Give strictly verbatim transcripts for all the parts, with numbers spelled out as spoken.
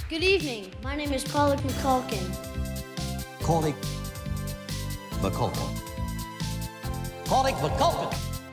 Good evening. My name is Pollock McCulkin. Pollock McCulkin. Pollock McCulkin.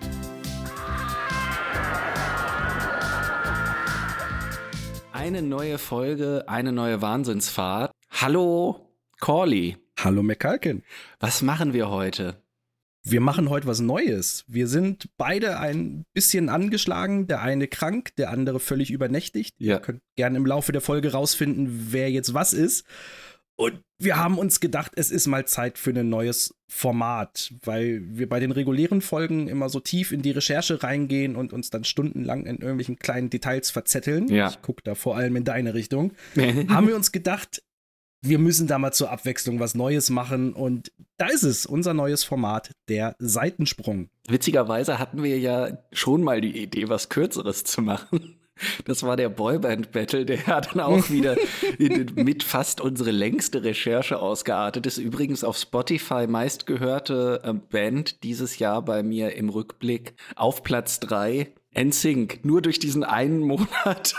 Eine neue Folge, eine neue Wahnsinnsfahrt. Hallo, Corley. Hallo, McCulkin. Was machen wir heute? Wir machen heute was Neues. Wir sind beide ein bisschen angeschlagen. Der eine krank, der andere völlig übernächtigt. Ja. Ihr könnt gerne im Laufe der Folge rausfinden, wer jetzt was ist. Und wir haben uns gedacht, es ist mal Zeit für ein neues Format, weil wir bei den regulären Folgen immer so tief in die Recherche reingehen und uns dann stundenlang in irgendwelchen kleinen Details verzetteln. Ja. Ich gucke da vor allem in deine Richtung. Haben wir uns gedacht, wir müssen da mal zur Abwechslung was Neues machen und da ist es, unser neues Format, der Seitensprung. Witzigerweise hatten wir ja schon mal die Idee, was Kürzeres zu machen. Das war der Boyband-Battle, der dann auch wieder mit fast unsere längste Recherche ausgeartet ist. Übrigens auf Spotify meistgehörte äh, Band dieses Jahr bei mir im Rückblick auf Platz drei, N Sync. Nur durch diesen einen Monat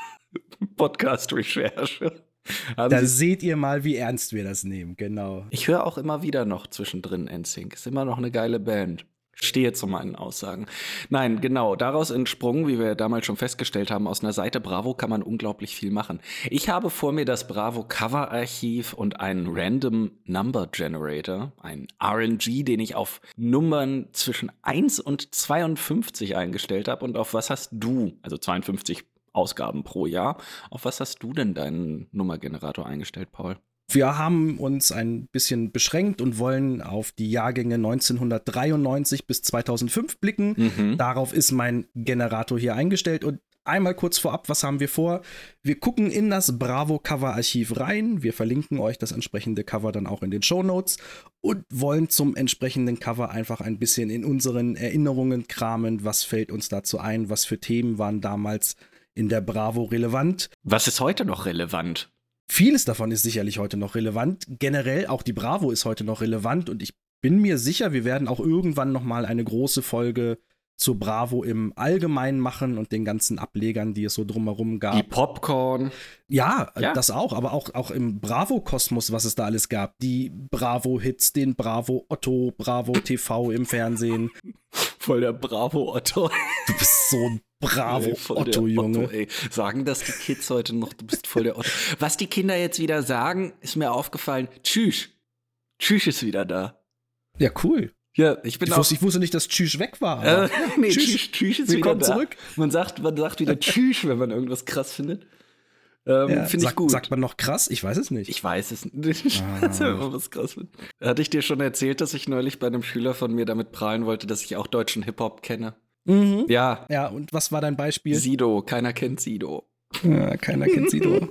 Podcast-Recherche. Da seht ihr mal, wie ernst wir das nehmen, genau. Ich höre auch immer wieder noch zwischendrin N Sync. Ist immer noch eine geile Band. Stehe zu meinen Aussagen. Nein, genau, daraus entsprungen, wie wir damals schon festgestellt haben, aus einer Seite Bravo kann man unglaublich viel machen. Ich habe vor mir das Bravo Cover Archiv und einen Random Number Generator, ein R N G, den ich auf Nummern zwischen eins und zweiundfünfzig eingestellt habe. Und auf was hast du, also zweiundfünfzig Ausgaben pro Jahr, auf was hast du denn deinen Nummergenerator eingestellt, Paul? Wir haben uns ein bisschen beschränkt und wollen auf die Jahrgänge neunzehnhundertdreiundneunzig bis zweitausendfünf blicken. Mhm. Darauf ist mein Generator hier eingestellt. Und einmal kurz vorab, was haben wir vor? Wir gucken in das Bravo-Cover-Archiv rein. Wir verlinken euch das entsprechende Cover dann auch in den Shownotes und wollen zum entsprechenden Cover einfach ein bisschen in unseren Erinnerungen kramen. Was fällt uns dazu ein? Was für Themen waren damals in der Bravo relevant? Was ist heute noch relevant? Vieles davon ist sicherlich heute noch relevant. Generell auch die Bravo ist heute noch relevant und ich bin mir sicher, wir werden auch irgendwann noch mal eine große Folge zur Bravo im Allgemeinen machen und den ganzen Ablegern, die es so drumherum gab. Die Popcorn. Ja, Ja. das auch, aber auch, auch im Bravo-Kosmos, was es da alles gab. Die Bravo-Hits, den Bravo-Otto, Bravo-T V im Fernsehen. Voll der Bravo-Otto. Du bist so ein Ey, voll der Bravo-Otto, Junge. Otto, ey. Sagen das die Kids heute noch, du bist voll der Otto. Was die Kinder jetzt wieder sagen, ist mir aufgefallen. Tschüss. Tschüss ist wieder da. Ja, cool. Ja, ich bin Ich auch. wusste, ich wusste nicht, dass Tschüss weg war. Äh, aber- nee, Tschüss. Tschüss, Tschüss ist Willkommen wieder da. zurück. Man sagt, man sagt wieder Tschüss, wenn man irgendwas krass findet. Ähm, Ja, Finde ich sagt, gut. sagt man noch krass? Ich weiß es nicht. Ich weiß es nicht. Das ist immer was krass. Hatte ich dir schon erzählt, dass ich neulich bei einem Schüler von mir damit prahlen wollte, dass ich auch deutschen Hip-Hop kenne? Mhm. Ja, Ja, und was war dein Beispiel? Sido. Keiner kennt Sido. Ja, keiner kennt Sido.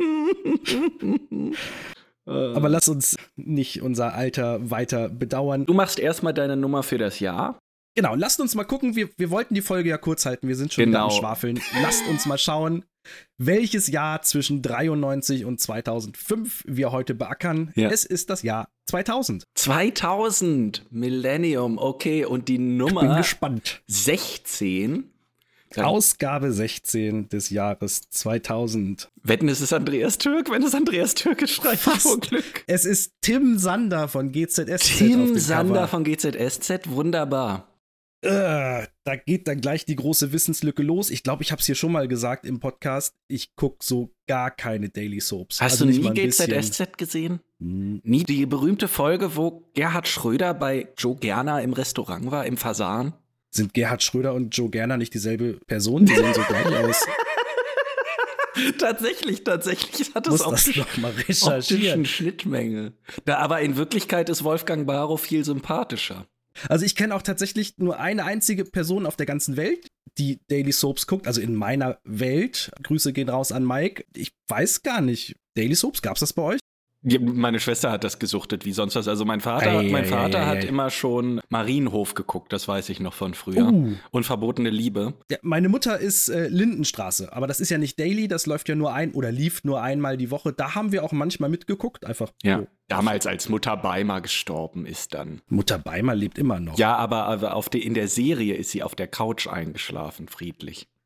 Aber lass uns nicht unser Alter weiter bedauern. Du machst erstmal deine Nummer für das Jahr. Genau, lasst uns mal gucken. Wir, wir wollten die Folge ja kurz halten. Wir sind schon Genau. wieder am Schwafeln. Lasst uns mal schauen, welches Jahr zwischen dreiundneunzig und zweitausendfünf wir heute beackern. Ja. Es ist das Jahr zweitausend. zweitausend, Millennium, okay. Und die Ich bin Nummer gespannt. sechzehn. Dann Ausgabe sechzehn des Jahres zweitausend. wetten, es ist Andreas Türk. Wenn es Andreas Türk ist, schreibt Fast. vor Glück. Es ist Tim Sander von G Z S Z auf Tim dem Sander Cover. von G Z S Z, wunderbar. Äh, da geht dann gleich die große Wissenslücke los. Ich glaube, ich habe es hier schon mal gesagt im Podcast. Ich gucke so gar keine Daily Soaps. Hast Also du nicht nie mal ein G Z S bisschen. Z gesehen? Hm, Nie die berühmte Folge, wo Gerhard Schröder bei Joe Gerner im Restaurant war, im Fasan? Sind Gerhard Schröder und Joe Gerner nicht dieselbe Person? Die sehen so gleich aus. Tatsächlich, tatsächlich hat es Muss auch das optisch- noch mal optischen recherchieren. Schnittmenge. Da, aber in Wirklichkeit ist Wolfgang Barrow viel sympathischer. Also ich kenne auch tatsächlich nur eine einzige Person auf der ganzen Welt, die Daily Soaps guckt. Also in meiner Welt. Grüße gehen raus an Mike. Ich weiß gar nicht. Daily Soaps, gab's das bei euch? Ja, meine Schwester hat das gesuchtet wie sonst was. Also mein Vater, Ei, mein ei, Vater ei, hat ei. immer schon Marienhof geguckt, das weiß ich noch von früher. Uh. Und Verbotene Liebe. Ja, meine Mutter ist äh, Lindenstraße, aber das ist ja nicht daily, das läuft ja nur ein oder lief nur einmal die Woche. Da haben wir auch manchmal mitgeguckt, einfach. Ja. so. Damals, als Mutter Beimer gestorben ist dann. Mutter Beimer lebt immer noch. Ja, aber, aber auf die, in der Serie ist sie auf der Couch eingeschlafen, friedlich.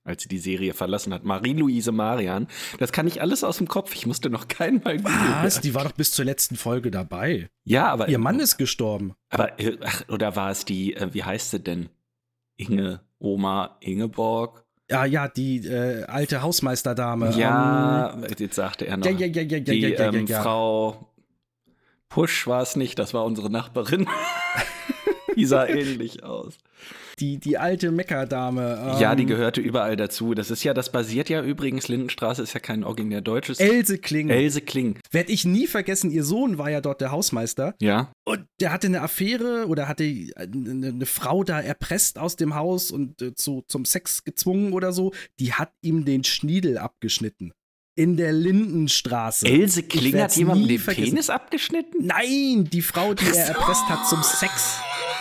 als sie die Serie verlassen hat. Marie-Louise Marian. Das kann ich alles aus dem Kopf. Ich musste noch keinmal Was? Die war doch bis zur letzten Folge dabei. Ja, aber. Ihr Mann ist gestorben. Aber, ach, oder war es die, äh, wie heißt sie denn? Inge, Oma Ingeborg? Ja, ja, die äh, alte Hausmeisterdame. Ja, um, jetzt sagte er noch. Ja, ja, ja, ja, ja, die ja, ja, ähm, ja. Frau Pusch war es nicht, das war unsere Nachbarin. Die sah ähnlich aus. Die, die alte Meckerdame. Ähm, Ja, die gehörte überall dazu. Das ist ja, das basiert ja übrigens, Lindenstraße ist ja kein originär deutsches. Else Kling. Else Kling. Werd ich nie vergessen, ihr Sohn war ja dort der Hausmeister. Ja. Und der hatte eine Affäre oder hatte eine, eine Frau da erpresst aus dem Haus und äh, zu, zum Sex gezwungen oder so. Die hat ihm den Schniedel abgeschnitten. In der Lindenstraße. Else Ich Kling werd's hat jemandem nie den vergessen. Penis abgeschnitten? Nein, die Frau, die er erpresst hat zum Sex.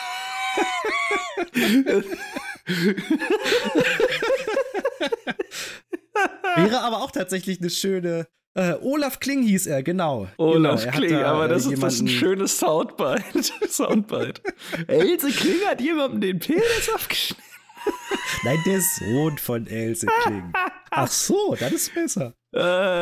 Wäre aber auch tatsächlich eine schöne. Äh, Olaf Kling hieß er, genau. Olaf genau, er hat Kling, da, aber das äh, ist das ist ein jemanden- schönes Soundbite. Soundbite. Else Kling hat jemandem den Penis abgeschnitten. Nein, der Sohn von Else Kling. Ach so, das ist besser. Äh,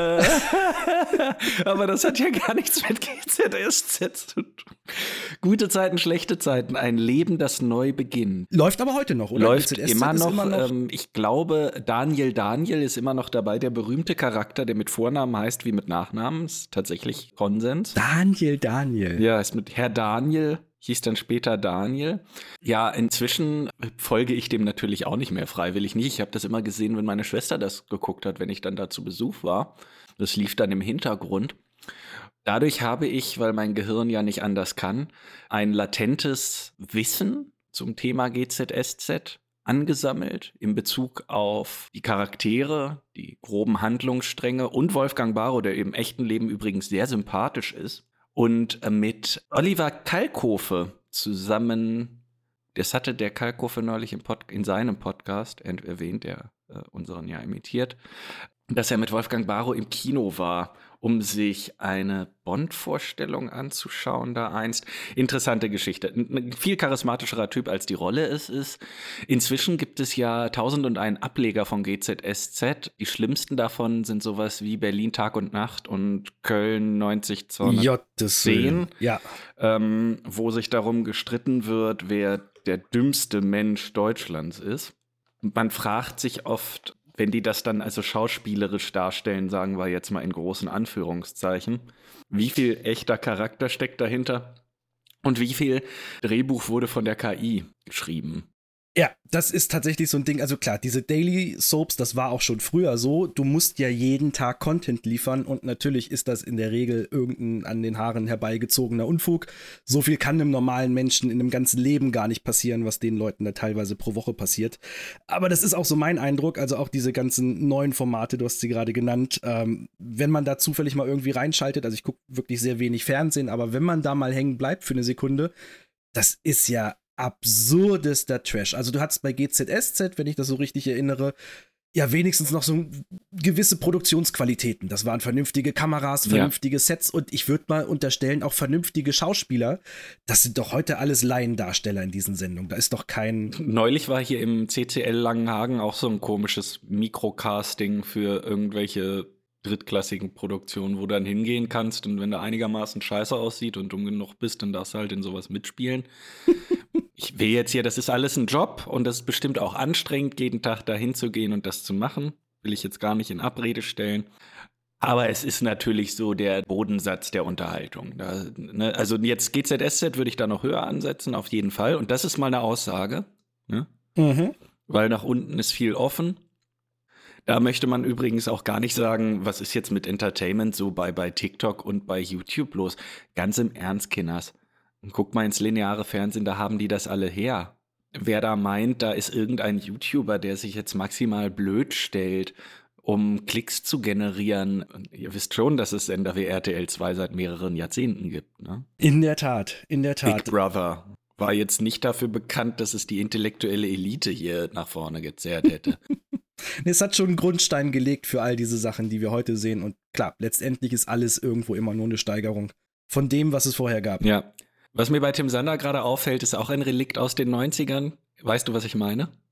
aber das hat ja gar nichts mit G Z S Z zu tun. Gute Zeiten, schlechte Zeiten, ein Leben, das neu beginnt. Läuft aber heute noch, oder? Läuft G Z S Z immer ist noch, immer noch ähm, ich glaube, Daniel Daniel ist immer noch dabei, der berühmte Charakter, der mit Vornamen heißt wie mit Nachnamen, ist tatsächlich Konsens. Daniel Daniel. Ja, ist mit Herr Daniel, hieß dann später Daniel. Ja, inzwischen folge ich dem natürlich auch nicht mehr freiwillig nicht. Ich habe das immer gesehen, wenn meine Schwester das geguckt hat, wenn ich dann da zu Besuch war. Das lief dann im Hintergrund. Dadurch habe ich, weil mein Gehirn ja nicht anders kann, ein latentes Wissen zum Thema G Z S Z angesammelt in Bezug auf die Charaktere, die groben Handlungsstränge und Wolfgang Barrow, der im echten Leben übrigens sehr sympathisch ist. Und mit Oliver Kalkofe zusammen, das hatte der Kalkofe neulich im Pod, in seinem Podcast erwähnt, der äh, unseren ja imitiert, dass er mit Wolfgang Barrow im Kino war, um sich eine Bond-Vorstellung anzuschauen da einst. Interessante Geschichte. Ein viel charismatischerer Typ, als die Rolle es ist. Inzwischen gibt es ja tausend und einen Ableger von G Z S Z. Die schlimmsten davon sind sowas wie Berlin Tag und Nacht und Köln neunzig Gottes Willen. zehn, Ja. ähm, wo sich darum gestritten wird, wer der dümmste Mensch Deutschlands ist. Man fragt sich oft, wenn die das dann also schauspielerisch darstellen, sagen wir jetzt mal in großen Anführungszeichen, wie viel echter Charakter steckt dahinter und wie viel Drehbuch wurde von der K I geschrieben. Ja, das ist tatsächlich so ein Ding. Also klar, diese Daily Soaps, das war auch schon früher so. Du musst ja jeden Tag Content liefern und natürlich ist das in der Regel irgendein an den Haaren herbeigezogener Unfug. So viel kann einem normalen Menschen in einem ganzen Leben gar nicht passieren, was den Leuten da teilweise pro Woche passiert. Aber das ist auch so mein Eindruck, also auch diese ganzen neuen Formate, du hast sie gerade genannt, ähm, wenn man da zufällig mal irgendwie reinschaltet, also ich gucke wirklich sehr wenig Fernsehen, aber wenn man da mal hängen bleibt für eine Sekunde, das ist ja absurdester Trash. Also du hattest bei G Z S Z, wenn ich das so richtig erinnere, ja wenigstens noch so gewisse Produktionsqualitäten. Das waren vernünftige Kameras, vernünftige ja. Sets und ich würde mal unterstellen, auch vernünftige Schauspieler. Das sind doch heute alles Laiendarsteller in diesen Sendungen. Da ist doch kein... Neulich war hier im C C L Langenhagen auch so ein komisches Mikrocasting für irgendwelche drittklassigen Produktionen, wo du dann hingehen kannst und wenn du einigermaßen scheiße aussieht und dumm genug bist, dann darfst du halt in sowas mitspielen. Ich will jetzt hier, das ist alles ein Job und das ist bestimmt auch anstrengend, jeden Tag dahin zu gehen und das zu machen. Will ich jetzt gar nicht in Abrede stellen. Aber es ist natürlich so der Bodensatz der Unterhaltung. Da, ne, also jetzt G Z S Z würde ich da noch höher ansetzen, auf jeden Fall. Und das ist mal eine Aussage, ne? Mhm. Weil nach unten ist viel offen. Da möchte man übrigens auch gar nicht sagen, was ist jetzt mit Entertainment so bei, bei TikTok und bei YouTube los. Ganz im Ernst, Kinders. Guck mal ins lineare Fernsehen, da haben die das alle her. Wer da meint, da ist irgendein YouTuber, der sich jetzt maximal blöd stellt, um Klicks zu generieren. Ihr wisst schon, dass es Sender wie R T L zwei seit mehreren Jahrzehnten gibt, ne? In der Tat, in der Tat. Big Brother war jetzt nicht dafür bekannt, dass es die intellektuelle Elite hier nach vorne gezerrt hätte. Es hat schon einen Grundstein gelegt für all diese Sachen, die wir heute sehen. Und klar, letztendlich ist alles irgendwo immer nur eine Steigerung von dem, was es vorher gab. Ja. Was mir bei Tim Sander gerade auffällt, ist auch ein Relikt aus den neunzigern. Weißt du, was ich meine?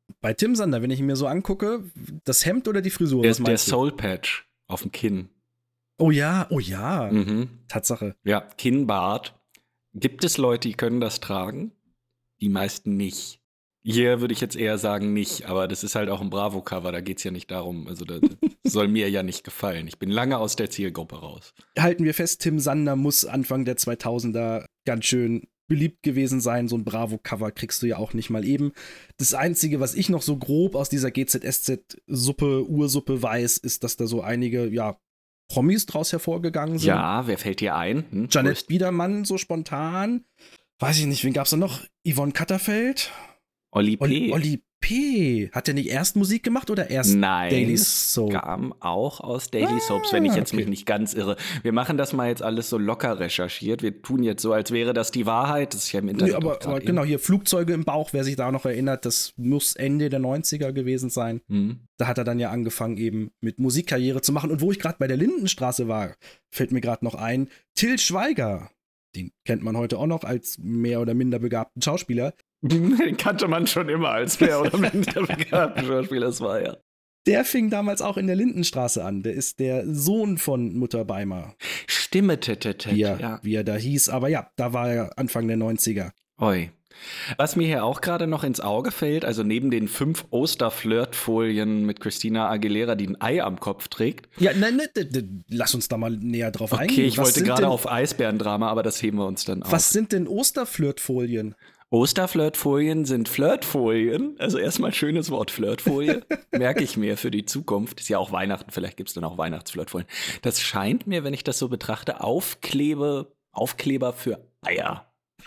Bei Tim Sander, wenn ich ihn mir so angucke, das Hemd oder die Frisur, Der, was der meinst du? Soul Patch auf dem Kinn. Oh ja, oh ja, Mhm. Tatsache. Ja, Kinnbart. Gibt es Leute, die können das tragen? Die meisten nicht. Hier würde ich jetzt eher sagen nicht, aber das ist halt auch ein Bravo-Cover, da geht es ja nicht darum, also das soll mir ja nicht gefallen. Ich bin lange aus der Zielgruppe raus. Halten wir fest, Tim Sander muss Anfang der zweitausender ganz schön beliebt gewesen sein. So ein Bravo-Cover kriegst du ja auch nicht mal eben. Das Einzige, was ich noch so grob aus dieser G Z S Z-Suppe, Ursuppe weiß, ist, dass da so einige, ja, Promis draus hervorgegangen sind. Ja, wer fällt dir ein? Hm? Janette Biedermann, so spontan. Weiß ich nicht, wen gab's da noch? Yvonne Katterfeld? Olli P. Olli, Olli P. Hat der nicht erst Musik gemacht oder erst Nein, Daily es Soap? kam auch aus Daily Ah, Soaps, wenn ich jetzt okay. mich nicht ganz irre. Wir machen das mal jetzt alles so locker recherchiert. Wir tun jetzt so, als wäre das die Wahrheit. Das ist ja im Internet Nee, aber, auch aber gerade genau, hier Flugzeuge im Bauch, wer sich da noch erinnert, das muss Ende der neunziger gewesen sein. Hm. Da hat er dann ja angefangen, eben mit Musikkarriere zu machen. Und wo ich gerade bei der Lindenstraße war, fällt mir gerade noch ein, Till Schweiger. Den kennt man heute auch noch als mehr oder minder begabten Schauspieler. Den kannte man schon immer als mehr oder minder begabten Schauspieler, das war ja. Der fing damals auch in der Lindenstraße an. Der ist der Sohn von Mutter Beimer, Stimme, tet, wie er, ja. wie er da hieß. Aber ja, da war er Anfang der neunziger. Oi. Was mir hier auch gerade noch ins Auge fällt, also neben den fünf Osterflirtfolien mit Christina Aguilera, die ein Ei am Kopf trägt. Ja, nein, ne, ne, ne, lass uns da mal näher drauf eingehen. Okay, ich Was wollte sind gerade denn- auf Eisbärendrama, aber das heben wir uns dann auf. Was sind denn Osterflirtfolien? Osterflirtfolien sind Flirtfolien. Also erstmal schönes Wort, Flirtfolie. Merke ich mir für die Zukunft. Ist ja auch Weihnachten, vielleicht gibt es dann auch Weihnachtsflirtfolien. Das scheint mir, wenn ich das so betrachte, Aufklebe, Aufkleber für Eier.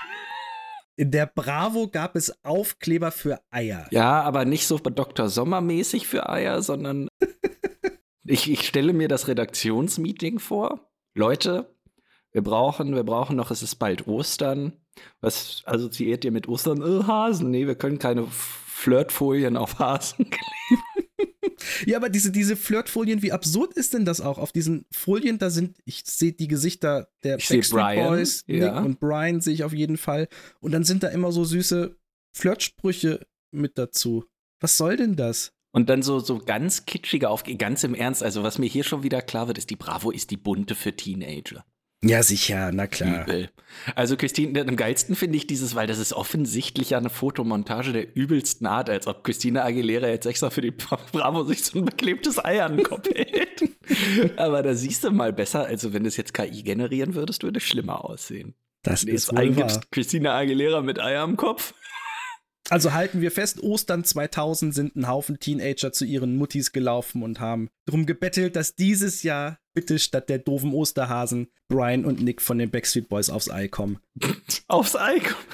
In der Bravo gab es Aufkleber für Eier. Ja, aber nicht so Doktor Sommer-mäßig für Eier, sondern ich, ich stelle mir das Redaktionsmeeting vor. Leute, wir brauchen, wir brauchen noch, es ist bald Ostern. Was assoziiert ihr mit Ostern? Äh, Hasen. Nee, wir können keine Flirtfolien auf Hasen. Ja, aber diese, diese Flirtfolien, wie absurd ist denn das auch? Auf diesen Folien, da sind, ich sehe die Gesichter der Ich sehe Backstreet Brian, Boys, Nick ja. und Brian sehe ich auf jeden Fall. Und dann sind da immer so süße Flirtsprüche mit dazu. Was soll denn das? Und dann so, so ganz kitschige auf, ganz im Ernst, also was mir hier schon wieder klar wird, ist, die Bravo ist die bunte für Teenager. Ja, sicher, na klar. Übel. Also Christine, am geilsten finde ich dieses, weil das ist offensichtlich ja eine Fotomontage der übelsten Art, als ob Christina Aguilera jetzt extra für die Bravo sich so ein beklebtes Ei an den Kopf hält. Aber da siehst du mal besser, also wenn du es jetzt K I generieren würdest, würde es schlimmer aussehen. Das Wenn du ist jetzt wohl wahr. eingibst, Christina Aguilera mit Ei am Kopf. Also halten wir fest, Ostern zweitausend sind ein Haufen Teenager zu ihren Muttis gelaufen und haben drum gebettelt, dass dieses Jahr bitte statt der doofen Osterhasen Brian und Nick von den Backstreet Boys aufs Ei kommen. Aufs Ei kommen.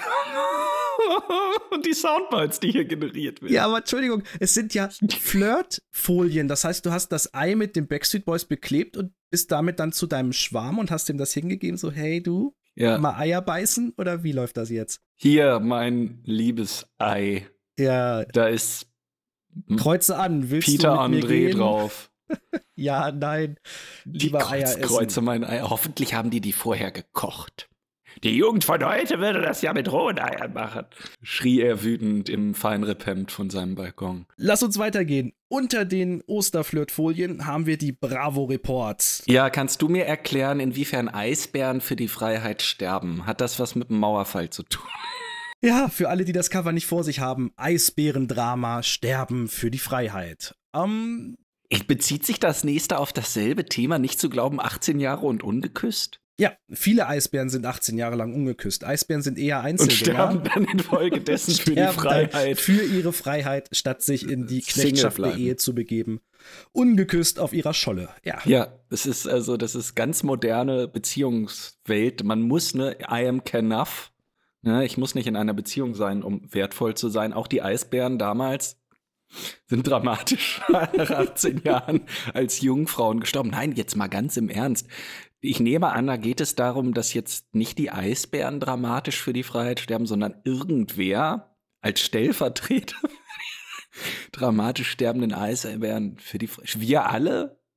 Und die Soundbites, die hier generiert werden. Ja, aber Entschuldigung, es sind ja Flirtfolien. Das heißt, du hast das Ei mit den Backstreet Boys beklebt und bist damit dann zu deinem Schwarm und hast ihm das hingegeben, so, hey du, Ja. mal Eier beißen? Oder wie läuft das jetzt? Hier, mein liebes Ei. Ja, Da ist kreuze an. Willst Peter du mit mir André gehen? drauf. Ja, nein. Die Lieber Eier Kreuz, essen. Kreuze mein Ei. Hoffentlich haben die die vorher gekocht. Die Jugend von heute würde das ja mit rohen Eiern machen, schrie er wütend im Feinripphemd von seinem Balkon. Lass uns weitergehen. Unter den Osterflirtfolien haben wir die Bravo Reports. Ja, kannst du mir erklären, inwiefern Eisbären für die Freiheit sterben? Hat das was mit dem Mauerfall zu tun? Ja, für alle, die das Cover nicht vor sich haben, Eisbärendrama, Sterben für die Freiheit. Ähm, Ich, bezieht sich das nächste auf dasselbe Thema, nicht zu glauben, achtzehn Jahre und ungeküsst? ja, viele Eisbären sind achtzehn Jahre lang ungeküsst. Eisbären sind eher Und Einzelgänger. sterben dann infolgedessen für die Sterben dann Freiheit. Für ihre Freiheit, statt sich in die Single Knechtschaft der bleiben. Ehe zu begeben. Ungeküsst auf ihrer Scholle. Ja. Ja, das ist also, das ist ganz moderne Beziehungswelt. Man muss, ne, I am enough. Ne, ich muss nicht in einer Beziehung sein, um wertvoll zu sein. Auch die Eisbären damals sind dramatisch nach achtzehn Jahren als Jungfrauen gestorben. Nein, jetzt mal ganz im Ernst. Ich nehme an, da geht es darum, dass jetzt nicht die Eisbären dramatisch für die Freiheit sterben, sondern irgendwer als Stellvertreter für die dramatisch sterbenden Eisbären für die Freiheit. Wir alle?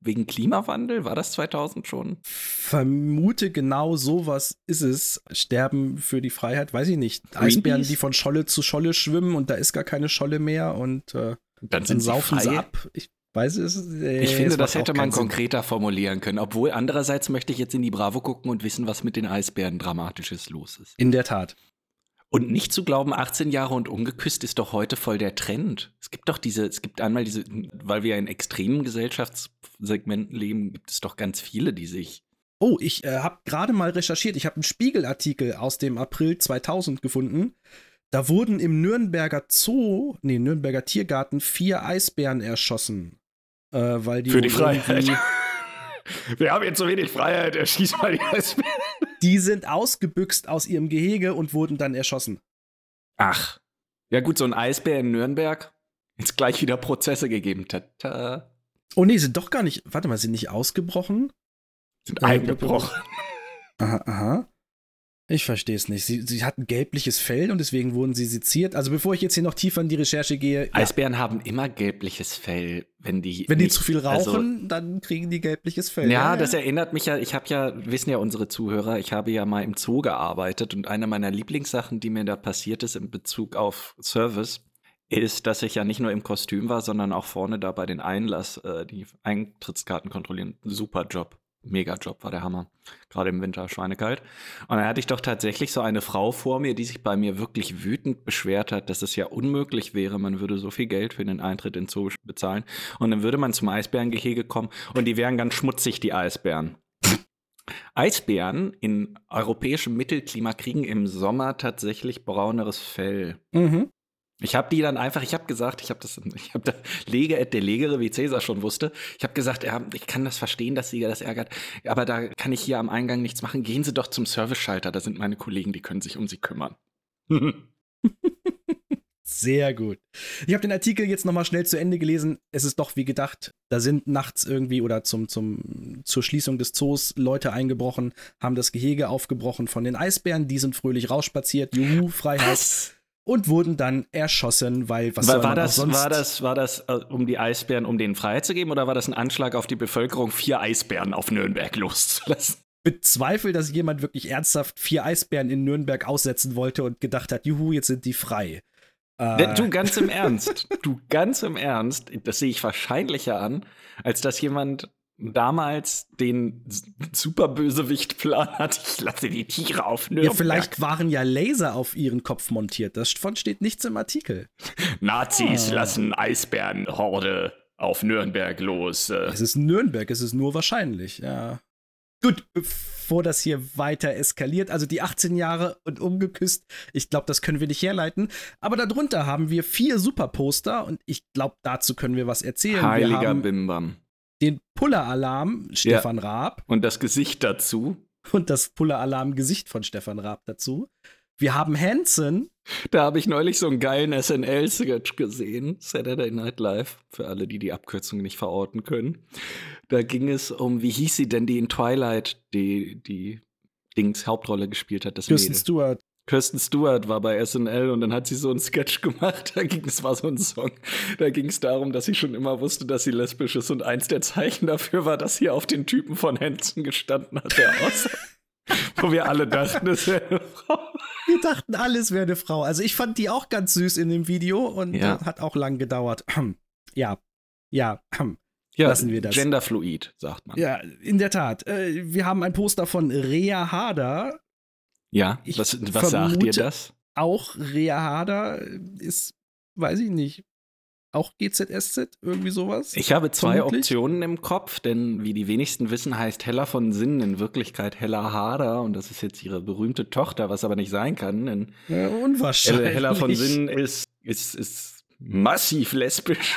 wegen Klimawandel? War das zweitausend schon? Vermute, genau sowas ist es. Sterben für die Freiheit, weiß ich nicht. Greenpeace? Eisbären, die von Scholle zu Scholle schwimmen und da ist gar keine Scholle mehr und äh, Dann dann sind sie saufen frei. sie ab. Ich weiß es. Äh, Ich finde, es das macht hätte auch man keinen Sinn. konkreter formulieren können. Obwohl, andererseits möchte ich jetzt in die Bravo gucken und wissen, was mit den Eisbären Dramatisches los ist. In der Tat. Und nicht zu glauben, achtzehn Jahre und ungeküsst ist doch heute voll der Trend. Es gibt doch diese, es gibt einmal diese, weil wir in extremen Gesellschaftssegmenten leben, gibt es doch ganz viele, die sich. Oh, ich äh, habe gerade mal recherchiert. Ich habe einen Spiegelartikel aus dem April zweitausend gefunden. Da wurden im Nürnberger Zoo, nee, Nürnberger Tiergarten, vier Eisbären erschossen. Äh, weil die Für die wohl Freiheit. irgendwie- Wir haben jetzt so wenig Freiheit, erschieß mal die Eisbären. Die sind ausgebüxt aus ihrem Gehege und wurden dann erschossen. Ach. Ja gut, so ein Eisbär in Nürnberg. Jetzt gleich wieder Prozesse gegeben. Tata. Oh nee, sind doch gar nicht. Warte mal, sind nicht ausgebrochen? Sind Ja, eingebrochen. Aha, aha. Ich verstehe es nicht. Sie, sie hatten gelbliches Fell und deswegen wurden sie seziert. Also bevor ich jetzt hier noch tiefer in die Recherche gehe, ja, Eisbären haben immer gelbliches Fell, wenn die. wenn die nicht- zu viel also- rauchen, dann kriegen die gelbliches Fell. Ja, das erinnert mich ja, ich habe ja, wissen ja unsere Zuhörer, ich habe ja mal im Zoo gearbeitet und eine meiner Lieblingssachen, die mir da passiert ist in Bezug auf Service, ist, dass ich ja nicht nur im Kostüm war, sondern auch vorne da bei den Einlass, äh, die Eintrittskarten kontrollieren. Super Job. Mega Job, war der Hammer. Gerade im Winter, schweinekalt. Und dann hatte ich doch tatsächlich so eine Frau vor mir, die sich bei mir wirklich wütend beschwert hat, dass es ja unmöglich wäre, man würde so viel Geld für den Eintritt in den Zoo bezahlen. Und dann würde man zum Eisbärengehege kommen und die wären ganz schmutzig, die Eisbären. Eisbären in europäischem Mittelklima kriegen im Sommer tatsächlich brauneres Fell. Mhm. Ich habe die dann einfach, ich habe gesagt, ich habe das, ich habe da Lege et der Legere, wie Cäsar schon wusste. Ich habe gesagt, ja, ich kann das verstehen, dass Sie das ärgert, aber da kann ich hier am Eingang nichts machen. Gehen Sie doch zum Service-Schalter, da sind meine Kollegen, die können sich um Sie kümmern. Sehr gut. Ich habe den Artikel jetzt nochmal schnell zu Ende gelesen. Es ist doch wie gedacht, da sind nachts irgendwie oder zum, zum, zur Schließung des Zoos Leute eingebrochen, haben das Gehege aufgebrochen von den Eisbären, die sind fröhlich rausspaziert, juhu, Freiheit. Und wurden dann erschossen, weil was War, soll war, man auch das, sonst... war das, war das, äh, um die Eisbären, um denen Freiheit zu geben, oder war das ein Anschlag auf die Bevölkerung, vier Eisbären auf Nürnberg loszulassen? Bezweifle, dass jemand wirklich ernsthaft vier Eisbären in Nürnberg aussetzen wollte und gedacht hat, juhu, jetzt sind die frei. Äh, Du, ganz im Ernst, du, ganz im Ernst, das sehe ich wahrscheinlicher an, als dass jemand damals den Superbösewicht-Plan hat, ich lasse die Tiere auf Nürnberg. ja, vielleicht waren ja Laser auf ihren Kopf montiert. Davon steht nichts im Artikel. Nazis Ah. lassen Eisbärenhorde auf Nürnberg los. äh. Es ist Nürnberg, es ist nur wahrscheinlich, ja. Gut, bevor das hier weiter eskaliert, also die achtzehn Jahre und ungeküsst, ich glaube, das können wir nicht herleiten. Aber darunter haben wir vier Superposter und ich glaube, dazu können wir was erzählen. wir Heiliger haben Bimbam. den Puller-Alarm Stefan Raab Und das Gesicht dazu. und das Puller-Alarm-Gesicht von Stefan Raab dazu. Wir haben Hansen. Da habe ich neulich so einen geilen S N L-Sketch gesehen, Saturday Night Live, für alle, die die Abkürzung nicht verorten können. Da ging es um, wie hieß sie denn, die in Twilight die, die Dings Hauptrolle gespielt hat, das Kirsten Mädel. Stewart. Kirsten Stewart war bei S N L und dann hat sie so einen Sketch gemacht, da ging es, war so ein Song, da ging es darum, dass sie schon immer wusste, dass sie lesbisch ist und eins der Zeichen dafür war, dass sie auf den Typen von Hanson gestanden hat, der aussah. Wo wir alle dachten, das wäre eine Frau. Wir dachten, alles wäre eine Frau. Also ich fand die auch ganz süß in dem Video und Ja. äh, hat auch lang gedauert. ja, ja, Ja, Lassen wir das. Genderfluid, sagt man. ja, in der Tat. Äh, wir haben ein Poster von Rea Harder. Ja, Ich was, was sagt dir vermute- das? Auch Rea Harder ist, weiß ich nicht, auch G Z S Z, irgendwie sowas. Ich habe zwei Vermutlich. Optionen im Kopf, denn wie die wenigsten wissen, heißt Hella von Sinnen in Wirklichkeit Hella Harder und das ist jetzt ihre berühmte Tochter, was aber nicht sein kann, denn Ja, unwahrscheinlich. Hella von Sinnen ist, ist, ist massiv lesbisch.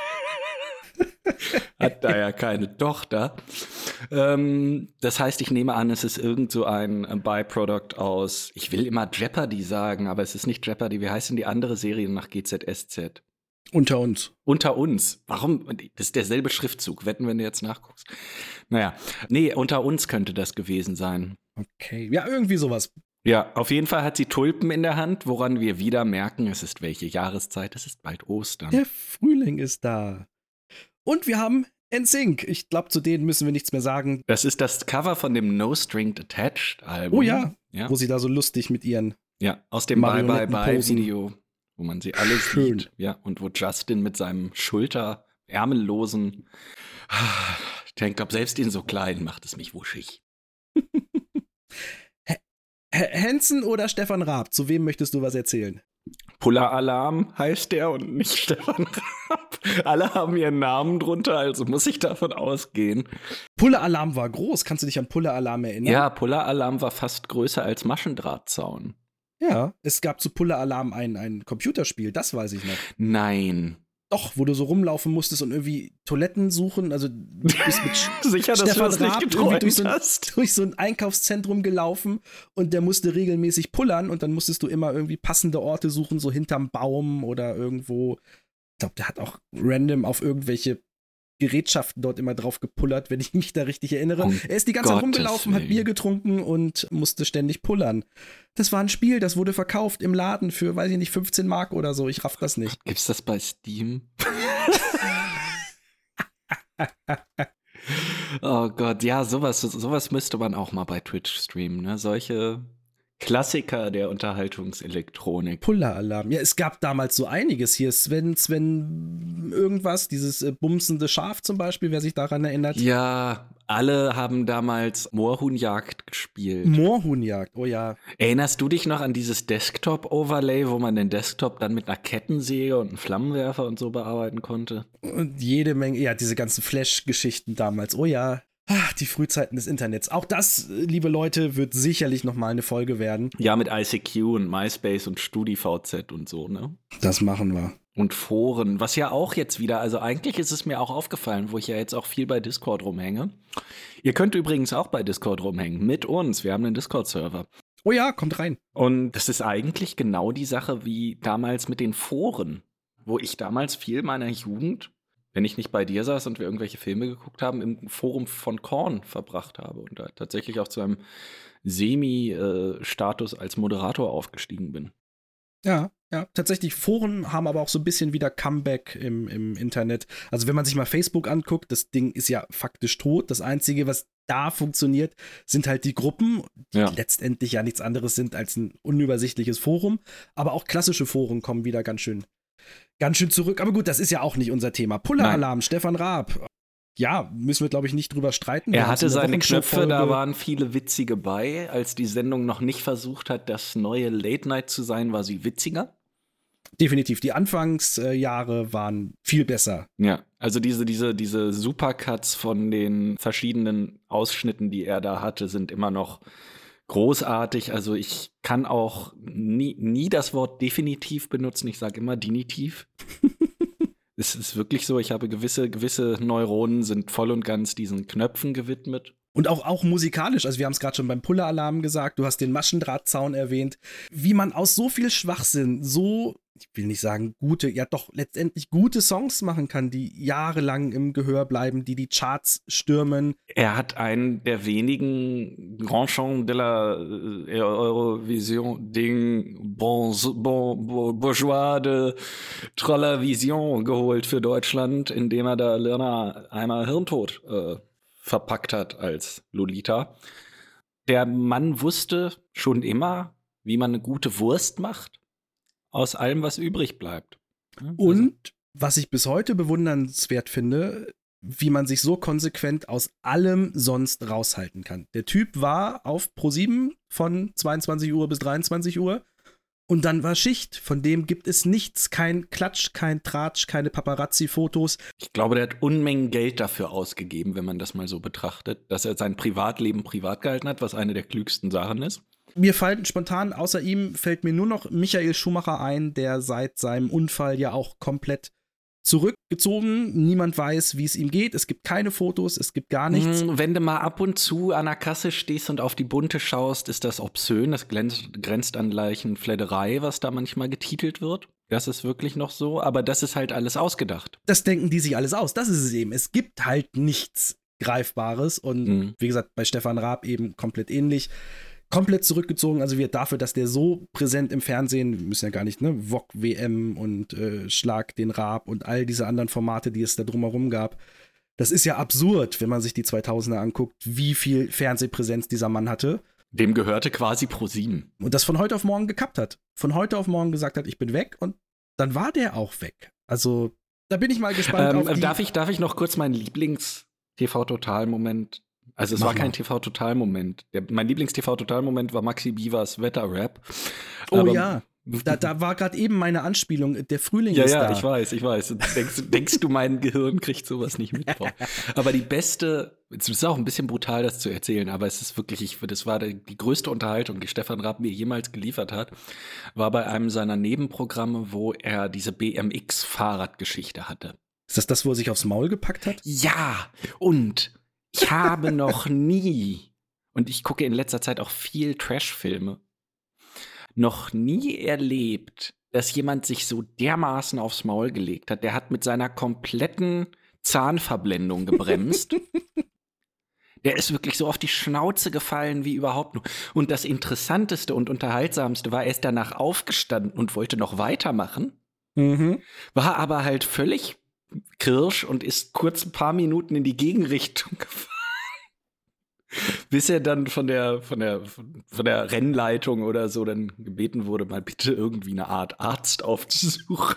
Hat da ja keine Tochter. Ähm, das heißt, ich nehme an, es ist irgend so ein Byproduct aus, ich will immer Jeopardy sagen, aber es ist nicht Jeopardy. Wie heißt denn die andere Serie nach G Z S Z? Unter uns. Unter uns. Warum? Das ist derselbe Schriftzug. Wetten, wenn du jetzt nachguckst. Naja, nee, unter uns könnte das gewesen sein. Okay. Ja, irgendwie sowas. Ja, auf jeden Fall hat sie Tulpen in der Hand, woran wir wieder merken, es ist welche Jahreszeit, es ist bald Ostern. Der Frühling ist da. Und wir haben N Sync. Ich glaube, zu denen müssen wir nichts mehr sagen. Das ist das Cover von dem No String Attached Album. Oh ja, ja. wo sie da so lustig mit ihren Ja, aus dem Bye Bye Marionetten Bye posen. Video, wo man sie alle Schön. sieht. Ja, und wo Justin mit seinem Schulter ärmellosen, ich glaube, selbst in so klein macht es mich wuschig. H- Hansen oder Stefan Raab? Zu wem möchtest du was erzählen? Puller Alarm heißt der und nicht Stefan Raab. Alle haben ihren Namen drunter, also muss ich davon ausgehen. Pulle Alarm war groß. Kannst du dich an Pulle Alarm erinnern? Ja, Puller Alarm war fast größer als Maschendrahtzaun. Ja, es gab zu Pulle Alarm ein, ein Computerspiel, das weiß ich noch. Nein. Doch, wo du so rumlaufen musstest und irgendwie Toiletten suchen. Also du bist mit Sch- Sicher, dass Stefan du das nicht Raab irgendwie durch so, ein, geträumt hast. durch so ein Einkaufszentrum gelaufen und der musste regelmäßig pullern und dann musstest du immer irgendwie passende Orte suchen, so hinterm Baum oder irgendwo. Ich glaube, der hat auch random auf irgendwelche Gerätschaften dort immer drauf gepullert, wenn ich mich da richtig erinnere. Um er ist die ganze Zeit Gottes rumgelaufen, hat Willen. Bier getrunken und musste ständig pullern. Das war ein Spiel, das wurde verkauft im Laden für, weiß ich nicht, fünfzehn Mark oder so. Ich raff das nicht. Gibt's das bei Steam? Oh Gott, ja, sowas, sowas müsste man auch mal bei Twitch streamen, ne? Solche Klassiker der Unterhaltungselektronik. Puller-Alarm. Ja, es gab damals so einiges hier. Sven, Sven, irgendwas, dieses äh, bumsende Schaf zum Beispiel, wer sich daran erinnert. Ja, alle haben damals Moorhuhnjagd gespielt. Moorhuhnjagd, oh ja. Erinnerst du dich noch an dieses Desktop-Overlay, wo man den Desktop dann mit einer Kettensäge und einem Flammenwerfer und so bearbeiten konnte? Und jede Menge, ja, diese ganzen Flash-Geschichten damals, oh ja. Ach, die Frühzeiten des Internets. Auch das, äh, liebe Leute, wird sicherlich noch mal eine Folge werden. Ja, mit I C Q und MySpace und StudiVZ und so, ne? Das machen wir. Und Foren, was ja auch jetzt wieder, also eigentlich ist es mir auch aufgefallen, wo ich ja jetzt auch viel bei Discord rumhänge. Ihr könnt übrigens auch bei Discord rumhängen, mit uns, wir haben einen Discord-Server. Oh ja, kommt rein. Und das ist eigentlich genau die Sache wie damals mit den Foren, wo ich damals viel meiner Jugend, wenn ich nicht bei dir saß und wir irgendwelche Filme geguckt haben, im Forum von Korn verbracht habe und da tatsächlich auch zu einem Semi-Status als Moderator aufgestiegen bin. Ja, ja, tatsächlich, Foren haben aber auch so ein bisschen wieder Comeback im, im Internet. Also wenn man sich mal Facebook anguckt, das Ding ist ja faktisch tot. Das Einzige, was da funktioniert, sind halt die Gruppen, die Ja. letztendlich ja nichts anderes sind als ein unübersichtliches Forum. Aber auch klassische Foren kommen wieder ganz schön, ganz schön zurück. Aber gut, das ist ja auch nicht unser Thema. Puller-Alarm, Stefan Raab. Ja, müssen wir, glaube ich, nicht drüber streiten. Wir Er haben hatte es in der seine Knöpfe, da Wochenshow-Folge- waren viele witzige bei. Als die Sendung noch nicht versucht hat, das neue Late Night zu sein, war sie witziger. Definitiv, die Anfangsjahre waren viel besser. Ja, also diese, diese, diese Supercuts von den verschiedenen Ausschnitten, die er da hatte, sind immer noch großartig. Also ich kann auch nie, nie das Wort definitiv benutzen. Ich sage immer dinitiv. Es ist wirklich so, ich habe gewisse, gewisse Neuronen sind voll und ganz diesen Knöpfen gewidmet. Und auch, auch musikalisch, also wir haben es gerade schon beim Puller-Alarm gesagt, du hast den Maschendrahtzaun erwähnt, wie man aus so viel Schwachsinn so, ich will nicht sagen gute, ja doch letztendlich gute Songs machen kann, die jahrelang im Gehör bleiben, die die Charts stürmen. Er hat einen der wenigen Grand Chants de la äh, Eurovision Ding bon, bon, bon, Bourgeois de Trollavision geholt für Deutschland, indem er da Lerner einmal Hirntod äh, verpackt hat als Lolita. Der Mann wusste schon immer, wie man eine gute Wurst macht, aus allem, was übrig bleibt. Und was ich bis heute bewundernswert finde, wie man sich so konsequent aus allem sonst raushalten kann. Der Typ war auf ProSieben von zweiundzwanzig Uhr bis dreiundzwanzig Uhr und dann war Schicht. Von dem gibt es nichts, kein Klatsch, kein Tratsch, keine Paparazzi-Fotos. Ich glaube, der hat Unmengen Geld dafür ausgegeben, wenn man das mal so betrachtet, dass er sein Privatleben privat gehalten hat, was eine der klügsten Sachen ist. Mir fallen spontan, außer ihm, fällt mir nur noch Michael Schumacher ein, der seit seinem Unfall ja auch komplett zurückgezogen. Niemand weiß, wie es ihm geht. Es gibt keine Fotos, es gibt gar nichts. Hm, Wenn du mal ab und zu an der Kasse stehst und auf die Bunte schaust, ist das obszön. Das glänzt, grenzt an Leichenfledderei, was da manchmal getitelt wird. Das ist wirklich noch so, aber das ist halt alles ausgedacht. Das denken die sich alles aus. Das ist es eben. Es gibt halt nichts Greifbares. Und Mhm. wie gesagt, bei Stefan Raab eben komplett ähnlich. Komplett zurückgezogen, also wir dafür, dass der so präsent im Fernsehen, wir müssen ja gar nicht, ne, V O G W M und äh, Schlag den Raab und all diese anderen Formate, die es da drumherum gab, Das ist ja absurd, wenn man sich die zweitausender anguckt, wie viel Fernsehpräsenz dieser Mann hatte. Dem gehörte quasi ProSieben. Und das von heute auf morgen gekappt hat. Von heute auf morgen gesagt hat, ich bin weg und dann war der auch weg. Also, da bin ich mal gespannt Ähm, auf die... darf ich, darf ich noch kurz meinen Lieblings-T V-Total-Moment? Also es Mach war kein mal. T V-Total-Moment. Der- Mein Lieblings-T V-Total-Moment war Maxi Bievers Wetter-Rap. Oh Aber- ja, da, da war gerade eben meine Anspielung, der Frühling Ja, ist ja, da. ich weiß, ich weiß. Denkst, denkst du, mein Gehirn kriegt sowas nicht mit? Boah. Aber die beste, es ist auch ein bisschen brutal, das zu erzählen, aber es ist wirklich, ich, das war die, die größte Unterhaltung, die Stefan Raab mir jemals geliefert hat, war bei einem seiner Nebenprogramme, wo er diese B M X-Fahrradgeschichte hatte. Ist das das, wo er sich aufs Maul gepackt hat? Ja, und ich habe noch nie, und ich gucke in letzter Zeit auch viel Trash-Filme, noch nie erlebt, dass jemand sich so dermaßen aufs Maul gelegt hat. Der hat mit seiner kompletten Zahnverblendung gebremst. Der ist wirklich so auf die Schnauze gefallen wie überhaupt nur. Und das Interessanteste und Unterhaltsamste war, er ist danach aufgestanden und wollte noch weitermachen, Mhm. war aber halt völlig kirsch und ist kurz ein paar Minuten in die Gegenrichtung gefahren. Bis er dann von der, von der, von der Rennleitung oder so dann gebeten wurde, mal bitte irgendwie eine Art Arzt aufzusuchen.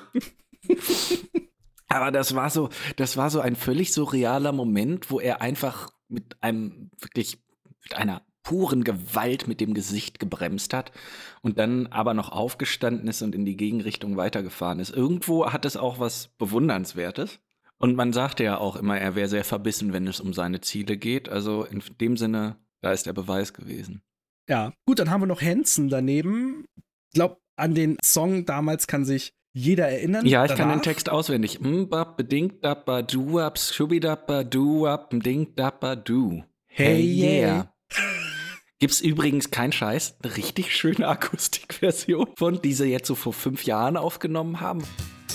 Aber das war so, das war so ein völlig surrealer Moment, wo er einfach mit einem, wirklich mit einer puren Gewalt mit dem Gesicht gebremst hat und dann aber noch aufgestanden ist und in die Gegenrichtung weitergefahren ist. Irgendwo hat es auch was Bewundernswertes. Und man sagte ja auch immer, er wäre sehr verbissen, wenn es um seine Ziele geht. Also in dem Sinne, da ist der Beweis gewesen. Ja, gut, dann haben wir noch Hanson daneben. Ich glaube, an den Song damals kann sich jeder erinnern. Ja, ich Danach, kann den Text auswendig. Mbap, bedingt, dappa, du, ab, schubidappa, du, ab, bedingt, dappa, du. Hey, yeah. Gibt's übrigens keinen Scheiß, eine richtig schöne Akustikversion von, die sie jetzt so vor fünf Jahren aufgenommen haben.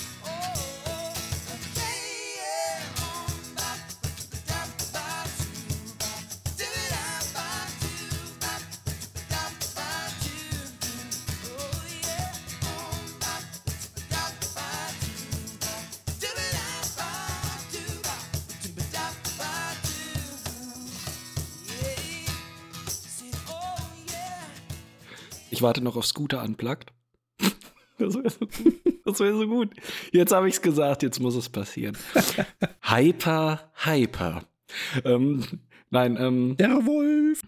Ich warte noch auf Scooter Unplugged. Das wäre so gut. Das wäre so gut. Jetzt habe ich es gesagt, jetzt muss es passieren. Hyper, Hyper. Ähm, nein, ähm, Der Wolf.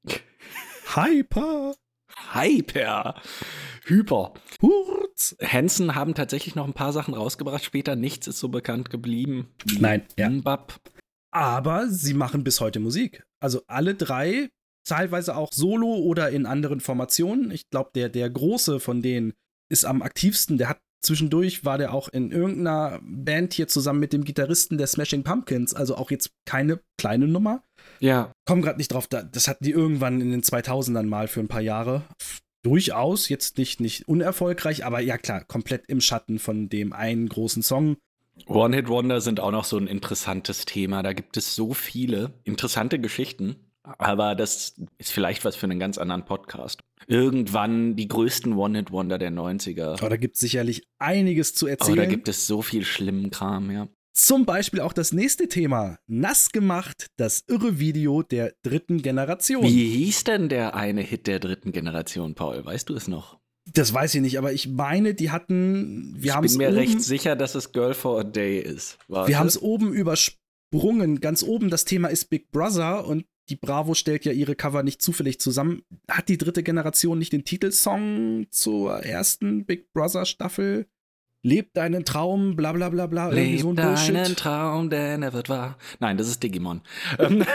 Hyper. Hyper. Hyper. Hurz. Hanson haben tatsächlich noch ein paar Sachen rausgebracht. Später nichts ist so bekannt geblieben. wie Nein, ja. Mbap. Aber sie machen bis heute Musik. Also alle drei, teilweise auch solo oder in anderen Formationen. Ich glaube, der, der Große von denen ist am aktivsten. Der hat zwischendurch, war der auch in irgendeiner Band hier zusammen mit dem Gitarristen der Smashing Pumpkins. Also auch jetzt keine kleine Nummer. Ja, Komm gerade nicht drauf, da- das hatten die irgendwann in den zweitausendern mal für ein paar Jahre. Durchaus, jetzt nicht, nicht unerfolgreich, aber ja klar, komplett im Schatten von dem einen großen Song. One-Hit-Wonder sind auch noch so ein interessantes Thema. Da gibt es so viele interessante Geschichten. Aber das ist vielleicht was für einen ganz anderen Podcast. Irgendwann die größten One-Hit-Wonder der neunziger. Aber da gibt es sicherlich einiges zu Oh, erzählen. da gibt es so viel schlimmen Kram, ja. Zum Beispiel auch das nächste Thema. Nass gemacht, das irre Video der dritten Generation. Wie hieß denn der eine Hit der dritten Generation, Paul? Weißt du es noch? Das weiß ich nicht, aber ich meine, die hatten, wir haben ich es bin mir oben, recht sicher, dass es Girl for a Day ist. Warte. wir haben es oben übersprungen. Ganz oben das Thema ist Big Brother und die Bravo stellt ja ihre Cover nicht zufällig zusammen. Hat die dritte Generation nicht den Titelsong zur ersten Big Brother Staffel? Lebt deinen Traum, bla bla bla bla, irgendwie Leb so ein deinen Bullshit. Traum, denn er wird wahr. Nein, das ist Digimon. Ähm,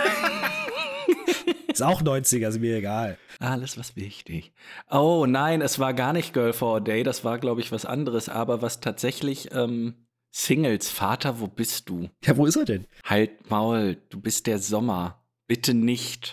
Ist auch neunziger, ist mir egal. Alles, was wichtig. Oh nein, es war gar nicht Girl for a Day, das war, glaube ich, was anderes. Aber was tatsächlich ähm, Singles, Vater, wo bist du? Ja, wo ist er denn? Halt Maul, du bist der Sommer. Bitte nicht.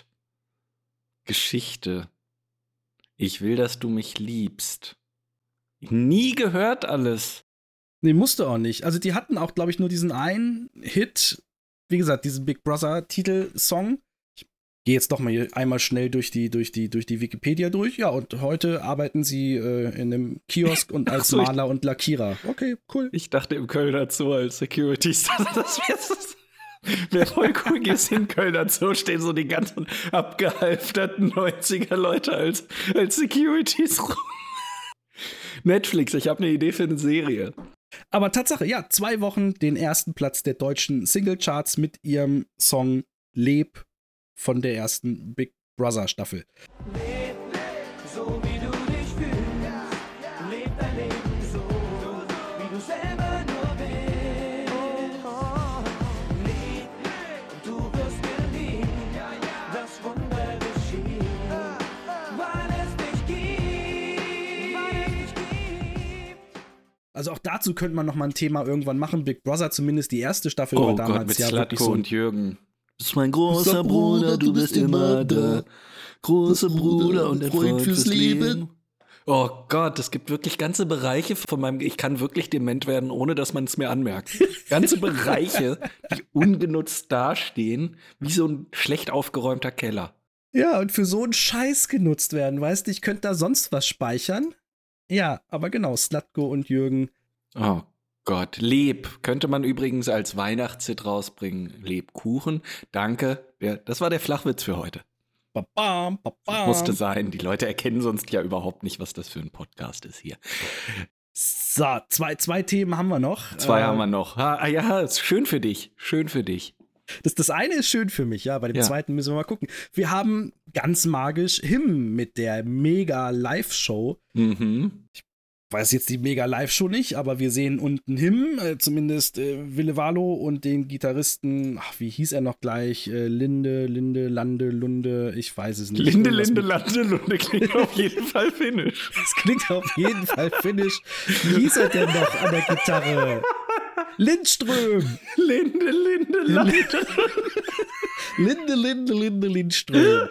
Geschichte. Ich will, dass du mich liebst. Nie gehört alles. Nee, musste auch nicht. Also die hatten auch, glaube ich, nur diesen einen Hit. Wie gesagt, diesen Big Brother Titelsong. Ich gehe jetzt doch mal hier einmal schnell durch die, durch die, durch die Wikipedia durch. Ja, und heute arbeiten sie äh, in einem Kiosk und als Ach so, ich- Maler und Lackierer. Okay, cool. Ich dachte im Kölner Zoo als Security. Das wär's. Wäre voll cool, gehst in Köln dazu, stehen so die ganzen abgehalfterten neunziger-Leute als, als Securities rum. Netflix, ich habe eine Idee für eine Serie. Aber Tatsache, ja, zwei Wochen den ersten Platz der deutschen Singlecharts mit ihrem Song Leb von der ersten Big Brother Staffel. Leb, so wie du dich fühlst. Leb dein Leben so, wie du selber nur willst. Leb, und du wirst geliebt. Das Wunder geschieht, weil es dich gibt. Weil es dich gibt. Also auch dazu könnte man noch mal ein Thema irgendwann machen. Big Brother, zumindest die erste Staffel, Oh war Gott, damals mit ja wirklich Slatko so. und Jürgen. Du bist mein großer Bruder, du bist immer da. Großer Bruder und ein Freund fürs Leben. Oh Gott, es gibt wirklich ganze Bereiche von meinem, ich kann wirklich dement werden, ohne dass man es mir anmerkt. Ganze Bereiche, die ungenutzt dastehen, wie so ein schlecht aufgeräumter Keller. Ja, und für so einen Scheiß genutzt werden, weißt du, ich könnte da sonst was speichern. Ja, aber genau, Slatko und Jürgen. Oh Gott, Leb könnte man übrigens als Weihnachtshit rausbringen. Lebkuchen, danke. Ja, das war der Flachwitz für heute. Babam, babam. Musste sein. Die Leute erkennen sonst ja überhaupt nicht, was das für ein Podcast ist hier. So, zwei, zwei Themen haben wir noch. Zwei Äh, haben wir noch. Ah, ja, ist schön für dich. Schön für dich. Das, das eine ist schön für mich, ja. Bei dem Ja. zweiten müssen wir mal gucken. Wir haben ganz magisch Him mit der Mega-Live-Show. Mhm. Weiß jetzt die Mega-Live-Show nicht, aber wir sehen unten Him, äh, zumindest äh, Ville Valo und den Gitarristen, ach, wie hieß er noch gleich? Äh, Linde, Linde, Lande, Lunde, ich weiß es nicht. Linde, Irgendwas Linde, mit- Lande, Lunde klingt auf jeden Fall finnisch. Das klingt auf jeden Fall finnisch. Wie hieß er denn noch an der Gitarre? Lindström! Linde, Linde, Lande. Linde, Linde, Linde, Lindström.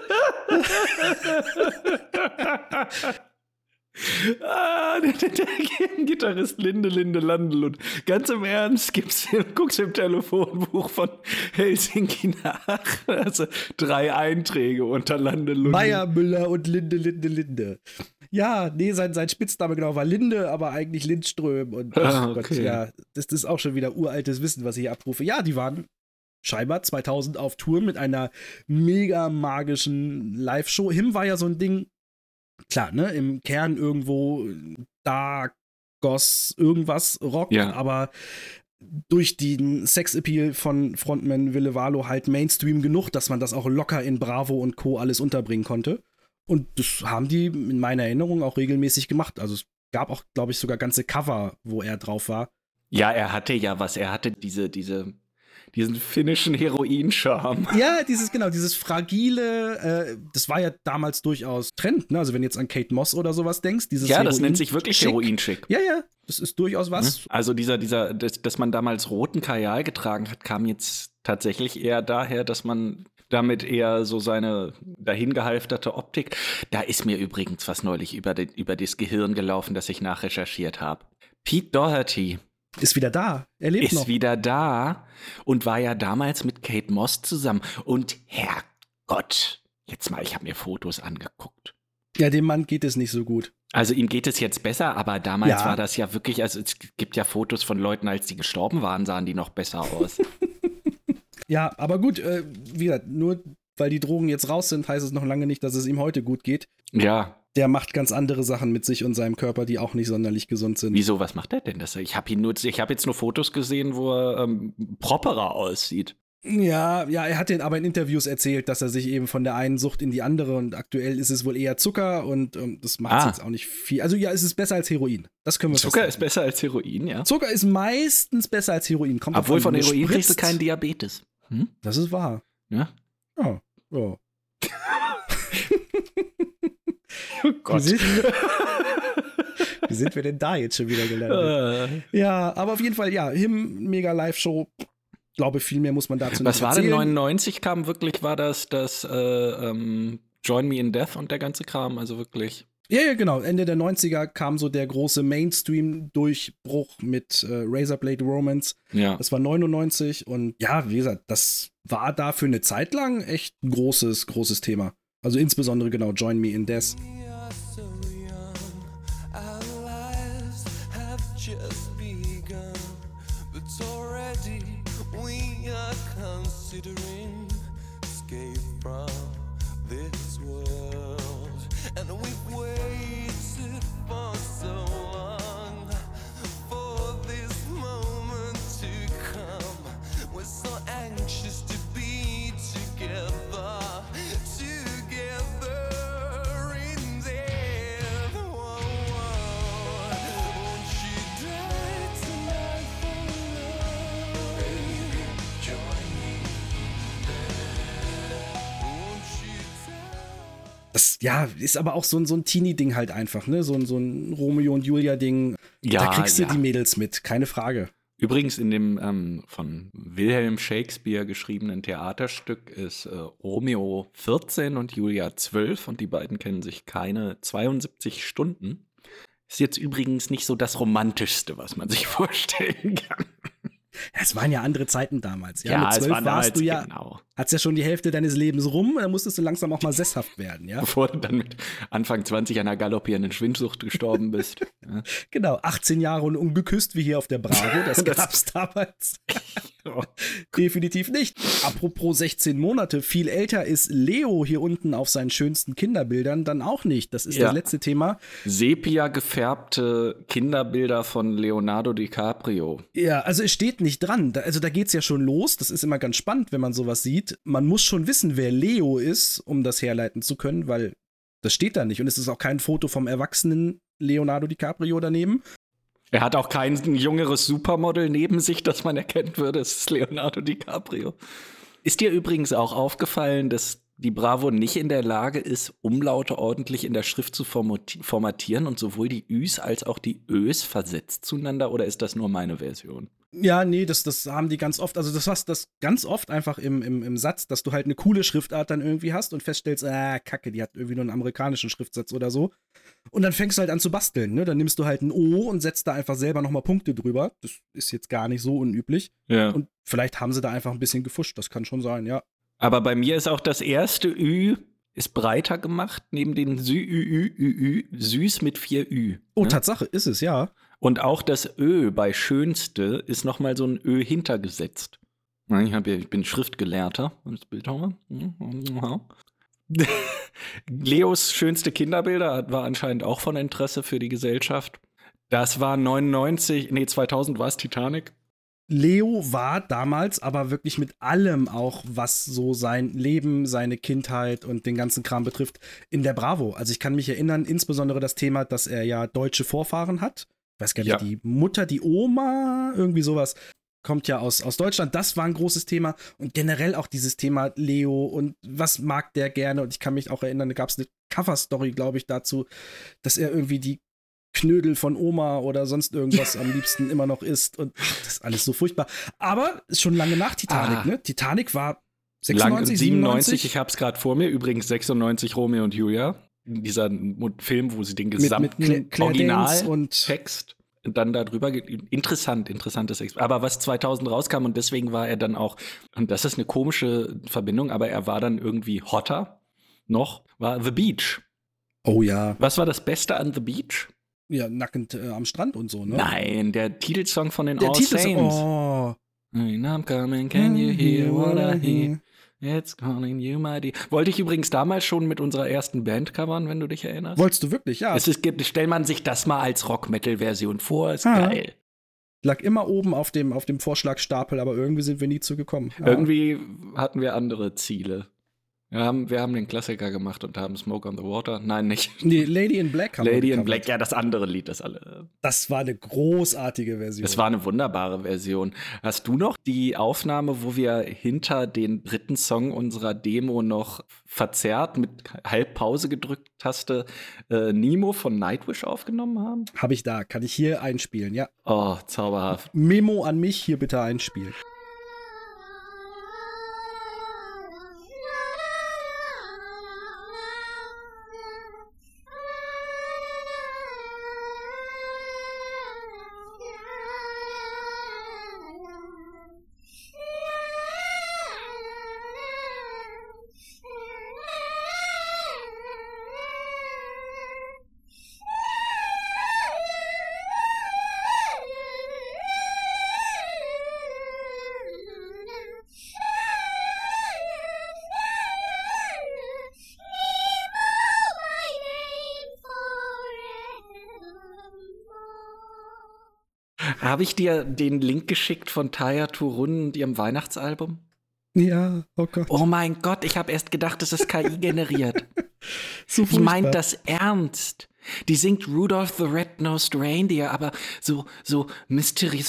Ah, der, der, der Gitarrist Linde, Linde, Lande, Lund. Ganz im Ernst, gibt's, guckst im Telefonbuch von Helsinki nach. Also drei Einträge unter Lande, Lunde. Meier, Müller und Linde, Linde, Linde. Ja, nee, sein, sein Spitzname genau war Linde, aber eigentlich Lindström. Und ach Ah, Gott, okay. ja, das, das ist auch schon wieder uraltes Wissen, was ich hier abrufe. Ja, die waren scheinbar zweitausend auf Tour mit einer mega magischen Live-Show. Him war ja so ein Ding, klar, ne, im Kern irgendwo Dark, Goss, irgendwas Rock, Ja. aber durch den Sex-Appeal von Frontman Ville Valo halt Mainstream genug, dass man das auch locker in Bravo und Co. alles unterbringen konnte. Und das haben die in meiner Erinnerung auch regelmäßig gemacht. Also es gab auch, glaube ich, sogar ganze Cover, wo er drauf war. Ja, er hatte ja was. Er hatte diese, diese, diesen finnischen Heroin-Charme. Ja, dieses, genau, dieses fragile, äh, das war ja damals durchaus Trend, ne? Also wenn du jetzt an Kate Moss oder sowas denkst, dieses Ja, das Heroin- nennt sich wirklich Schick. Heroin-Schick. Ja, ja, das ist durchaus was. Also dieser, dieser, dass, dass man damals roten Kajal getragen hat, kam jetzt tatsächlich eher daher, dass man damit eher so seine dahingehalfterte Optik. Da ist mir übrigens was neulich über, den, über das Gehirn gelaufen, das ich nachrecherchiert habe. Pete Doherty Ist wieder da. Er lebt ist noch. wieder da und war ja damals mit Kate Moss zusammen. Und Herrgott, jetzt mal, ich habe mir Fotos angeguckt. Ja, dem Mann geht es nicht so gut. Also ihm geht es jetzt besser, aber damals Ja. war das ja wirklich, also es gibt ja Fotos von Leuten, als die gestorben waren, sahen die noch besser aus. Ja, aber gut, äh, wie gesagt, nur weil die Drogen jetzt raus sind, heißt es noch lange nicht, dass es ihm heute gut geht. Ja, Der macht ganz andere Sachen mit sich und seinem Körper, die auch nicht sonderlich gesund sind. wieso, was macht er denn? Das, ich habe ihn nur, ich habe jetzt nur Fotos gesehen, wo er ähm, properer aussieht. Ja, ja, er hat den aber in Interviews erzählt, dass er sich eben von der einen Sucht in die andere und aktuell ist es wohl eher Zucker und ähm, das macht Ah. jetzt auch nicht viel. Also ja, es ist besser als Heroin. Das können wir Zucker ist festhalten. besser als Heroin, ja. Zucker ist meistens besser als Heroin. Kommt Obwohl drauf von an, wenn du Heroin kriegst du spritzt. keinen Diabetes. Hm? Das ist wahr. Ja. Ja, ja. Oh Wie Gott. sind, wie sind wir denn da jetzt schon wieder gelandet? Äh, Ja, aber auf jeden Fall, ja, Him, mega Live-Show. Glaube, viel mehr muss man dazu Was nicht war erzählen. denn neunundneunzig kam wirklich, war das das äh, ähm, Join Me in Death und der ganze Kram, also wirklich. Ja, ja, genau. Ende der neunziger kam so der große Mainstream-Durchbruch mit äh, Razorblade Romance. Ja. Das war neunundneunzig und ja, wie gesagt, das war da für eine Zeit lang echt ein großes, großes Thema. Also insbesondere genau Join Me in Death. We are so young, our lives have just begun, but already we are coming considering escape from this world, and we've waited for so long for this moment to come. We're so anxious to be together, together in death. Whoa, whoa. Won't you die tonight for love? Baby, join me there. Won't you die? Das, ja, ist aber auch so ein, so ein Teenie-Ding halt einfach, ne? So ein, so ein Romeo und Julia-Ding. Ja, da kriegst du ja. die Mädels mit, keine Frage. Übrigens in dem ähm, von Wilhelm Shakespeare geschriebenen Theaterstück ist äh, Romeo vierzehn und Julia zwölf und die beiden kennen sich keine zweiundsiebzig Stunden. Ist jetzt übrigens nicht so das Romantischste, was man sich vorstellen kann. Ja, es waren ja andere Zeiten damals. Ja, Ja, mit es zwölf waren warst damals, du ja, genau. hattest ja schon die Hälfte deines Lebens rum, dann musstest du langsam auch mal sesshaft werden, ja. Bevor du dann mit Anfang zwanzig an einer galoppierenden Schwindsucht gestorben bist. Ja. Genau, achtzehn Jahre und ungeküsst wie hier auf der Bravo, das Das- gab's damals. Definitiv nicht. Apropos sechzehn Monate, viel älter ist Leo hier unten auf seinen schönsten Kinderbildern dann auch nicht. Das ist Ja. das letzte Thema. Sepia gefärbte Kinderbilder von Leonardo DiCaprio. Ja, also es steht nicht dran. Da, also da geht's ja schon los. Das ist immer ganz spannend, wenn man sowas sieht. Man muss schon wissen, wer Leo ist, um das herleiten zu können, weil das steht da nicht. Und es ist auch kein Foto vom erwachsenen Leonardo DiCaprio daneben. Er hat auch kein jüngeres Supermodel neben sich, das man erkennen würde. Es ist Leonardo DiCaprio. Ist dir übrigens auch aufgefallen, dass die Bravo nicht in der Lage ist, Umlaute ordentlich in der Schrift zu formati- formatieren und sowohl die Üs als auch die Ös versetzt zueinander? Oder ist das nur meine Version? Ja, nee, das, das haben die ganz oft. Also das hast das ganz oft einfach im, im, im Satz, dass du halt eine coole Schriftart dann irgendwie hast und feststellst, ah, kacke, die hat irgendwie nur einen amerikanischen Schriftsatz oder so. Und dann fängst du halt an zu basteln, ne? Dann nimmst du halt ein O und setzt da einfach selber nochmal Punkte drüber. Das ist jetzt gar nicht so unüblich. Ja. Und vielleicht haben sie da einfach ein bisschen gefuscht, das kann schon sein, ja. Aber bei mir ist auch das erste Ü ist breiter gemacht, neben den Sü, Ü, Ü, Ü, Ü, süß mit vier Ü. Oh, ne? Tatsache, ist es, ja. Und auch das Ö bei Schönste ist nochmal so ein Ö hintergesetzt. Na, Ich, hab ja, ich bin Schriftgelehrter. Das Bildhauer. Leos schönste Kinderbilder war anscheinend auch von Interesse für die Gesellschaft. Das war neunundneunzig, nee, zweitausend war es Titanic. Leo war damals aber wirklich mit allem auch, was so sein Leben, seine Kindheit und den ganzen Kram betrifft, in der Bravo. Also ich kann mich erinnern, insbesondere das Thema, dass er ja deutsche Vorfahren hat. Ich weiß gar nicht, Ja. die Mutter, die Oma, irgendwie sowas, kommt ja aus, aus Deutschland. Das war ein großes Thema. Und generell auch dieses Thema Leo und was mag der gerne. Und ich kann mich auch erinnern, da gab es eine Cover-Story, glaube ich, dazu, dass er irgendwie die Knödel von Oma oder sonst irgendwas am liebsten immer noch isst. Und ach, das ist alles so furchtbar. Aber ist schon lange nach Titanic, Ah. ne? Titanic war Lang, sechsundneunzig, siebenundneunzig, siebenundneunzig? ich hab's gerade vor mir. Übrigens sechsundneunzig Romeo und Julia. Dieser Mo- Film, wo sie den mit, mit gesamten Cla- Claire Danes und Originaltext dann darüber geht. Interessant, interessantes Experiment. Aber was zweitausend rauskam und deswegen war er dann auch, und das ist eine komische Verbindung, aber er war dann irgendwie hotter noch, war The Beach. oh ja, Was war das Beste an The Beach? ja, nackend äh, am Strand und so, ne? Nein, der Titelsong von den Der All Titel Saints. oh. I'm coming, can you hear what I hear? It's calling you my dear. Wollte ich übrigens damals schon mit unserer ersten Band covern, wenn du dich erinnerst. Wolltest du wirklich, ja. Es ist, stell man sich das mal als Rock-Metal-Version vor, ist Ah. geil. Lag immer oben auf dem, auf dem Vorschlagstapel, aber irgendwie sind wir nie zugekommen. Ja. Irgendwie hatten wir andere Ziele. Wir haben, wir haben den Klassiker gemacht und haben Smoke on the Water. Nein, nicht. Nee, Lady in Black haben wir Lady in gecovert. Black, ja, das andere Lied, das alle. Das war eine großartige Version. Es war eine wunderbare Version. Hast du noch die Aufnahme, wo wir hinter den dritten Song unserer Demo noch verzerrt mit Halbpause gedrückt Taste äh, Nemo von Nightwish aufgenommen haben? Habe ich da, kann ich hier einspielen, ja. Oh, zauberhaft. Memo an mich, hier bitte einspielen. Habe ich dir den Link geschickt von Taya Turun und ihrem Weihnachtsalbum? Ja, oh Gott. Oh mein Gott, ich habe erst gedacht, das ist K I generiert. so Die meint furchtbar. das ernst. Die singt Rudolph the Red-Nosed Reindeer, aber so, so mysteriös.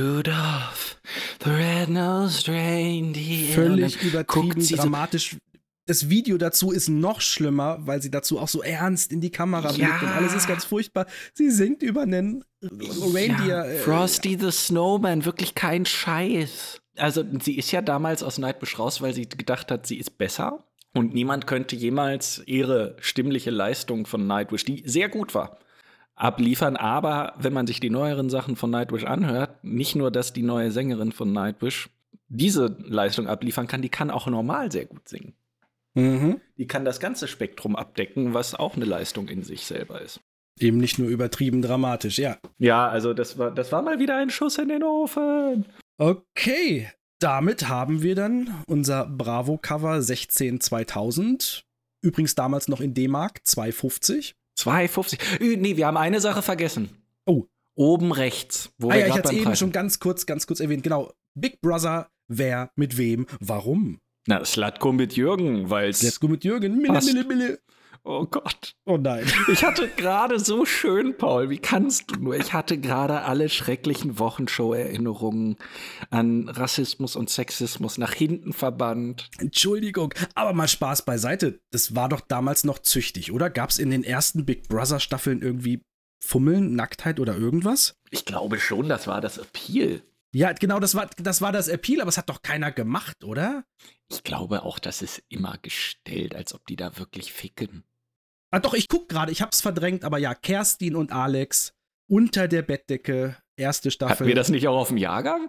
Rudolph the Red-Nosed Reindeer. Völlig Und dann übertrieben, guckt sie so- dramatisch. Das Video dazu ist noch schlimmer, weil sie dazu auch so ernst in die Kamera Ja. blickt und alles ist ganz furchtbar. Sie singt über einen Reindeer. Ja, äh, Frosty the Snowman, wirklich kein Scheiß. Also sie ist ja damals aus Nightwish raus, weil sie gedacht hat, sie ist besser. Und niemand könnte jemals ihre stimmliche Leistung von Nightwish, die sehr gut war, abliefern. Aber wenn man sich die neueren Sachen von Nightwish anhört, nicht nur, dass die neue Sängerin von Nightwish diese Leistung abliefern kann, die kann auch normal sehr gut singen. Mhm. Die kann das ganze Spektrum abdecken, was auch eine Leistung in sich selber ist. Eben nicht nur übertrieben dramatisch, ja. Ja, also das war, das war mal wieder ein Schuss in den Ofen. Okay, damit haben wir dann unser Bravo-Cover sechzehn zweitausend. Übrigens damals noch in D-Mark, zwei fünfzig. zwei fünfzig. Ü, Nee, wir haben eine Sache vergessen. Oh. Oben rechts. Wo Ah wir ja, ich grad hatte es beim eben Preis schon sind. ganz kurz, ganz kurz erwähnt. Genau, Big Brother, wer mit wem, warum? Na, Slatko mit Jürgen, weil Let's es. go mit Jürgen. Mille, Passt. mille, mille. Oh Gott. Oh nein. Ich hatte gerade so schön, Paul, wie kannst du nur? Ich hatte gerade alle schrecklichen Wochenshow-Erinnerungen an Rassismus und Sexismus nach hinten verbannt. Entschuldigung, aber mal Spaß beiseite. Das war doch damals noch züchtig, oder? Gab es in den ersten Big Brother Staffeln irgendwie Fummeln, Nacktheit oder irgendwas? Ich glaube schon, das war das Appeal. Ja, genau, das war, das war das Appeal, aber es hat doch keiner gemacht, oder? Ich glaube auch, das ist immer gestellt, als ob die da wirklich ficken. Ah, doch, ich guck gerade, ich hab's verdrängt, aber ja, Kerstin und Alex unter der Bettdecke, erste Staffel. Hatten wir das nicht auch auf dem Jahrgang?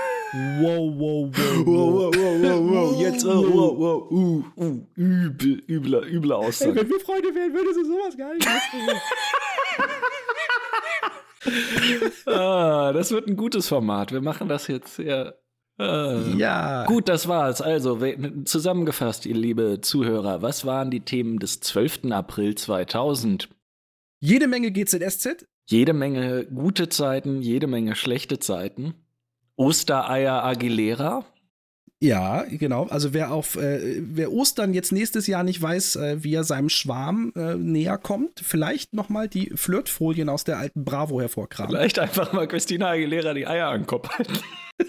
Wow, wow, wow, wow, wow, wow, jetzt, oh, wow, wow, uh, uh, übel, übler, übler Ey, Aussage. wenn wir Freunde wären, würde sie sowas gar nicht machen. Ah, das wird ein gutes Format. Wir machen das jetzt sehr. Ah. Ja. Gut, das war's. Also, we- zusammengefasst, ihr liebe Zuhörer, was waren die Themen des zwölften April zweitausend? Jede Menge G Z S Z. Jede Menge gute Zeiten, jede Menge schlechte Zeiten. Ostereier Aguilera. Ja, genau. Also wer auf äh, wer Ostern jetzt nächstes Jahr nicht weiß, äh, wie er seinem Schwarm äh, näher kommt, vielleicht noch mal die Flirtfolien aus der alten Bravo hervorkramen. Vielleicht einfach mal Christina Aguilera die Eier an den Kopf halten.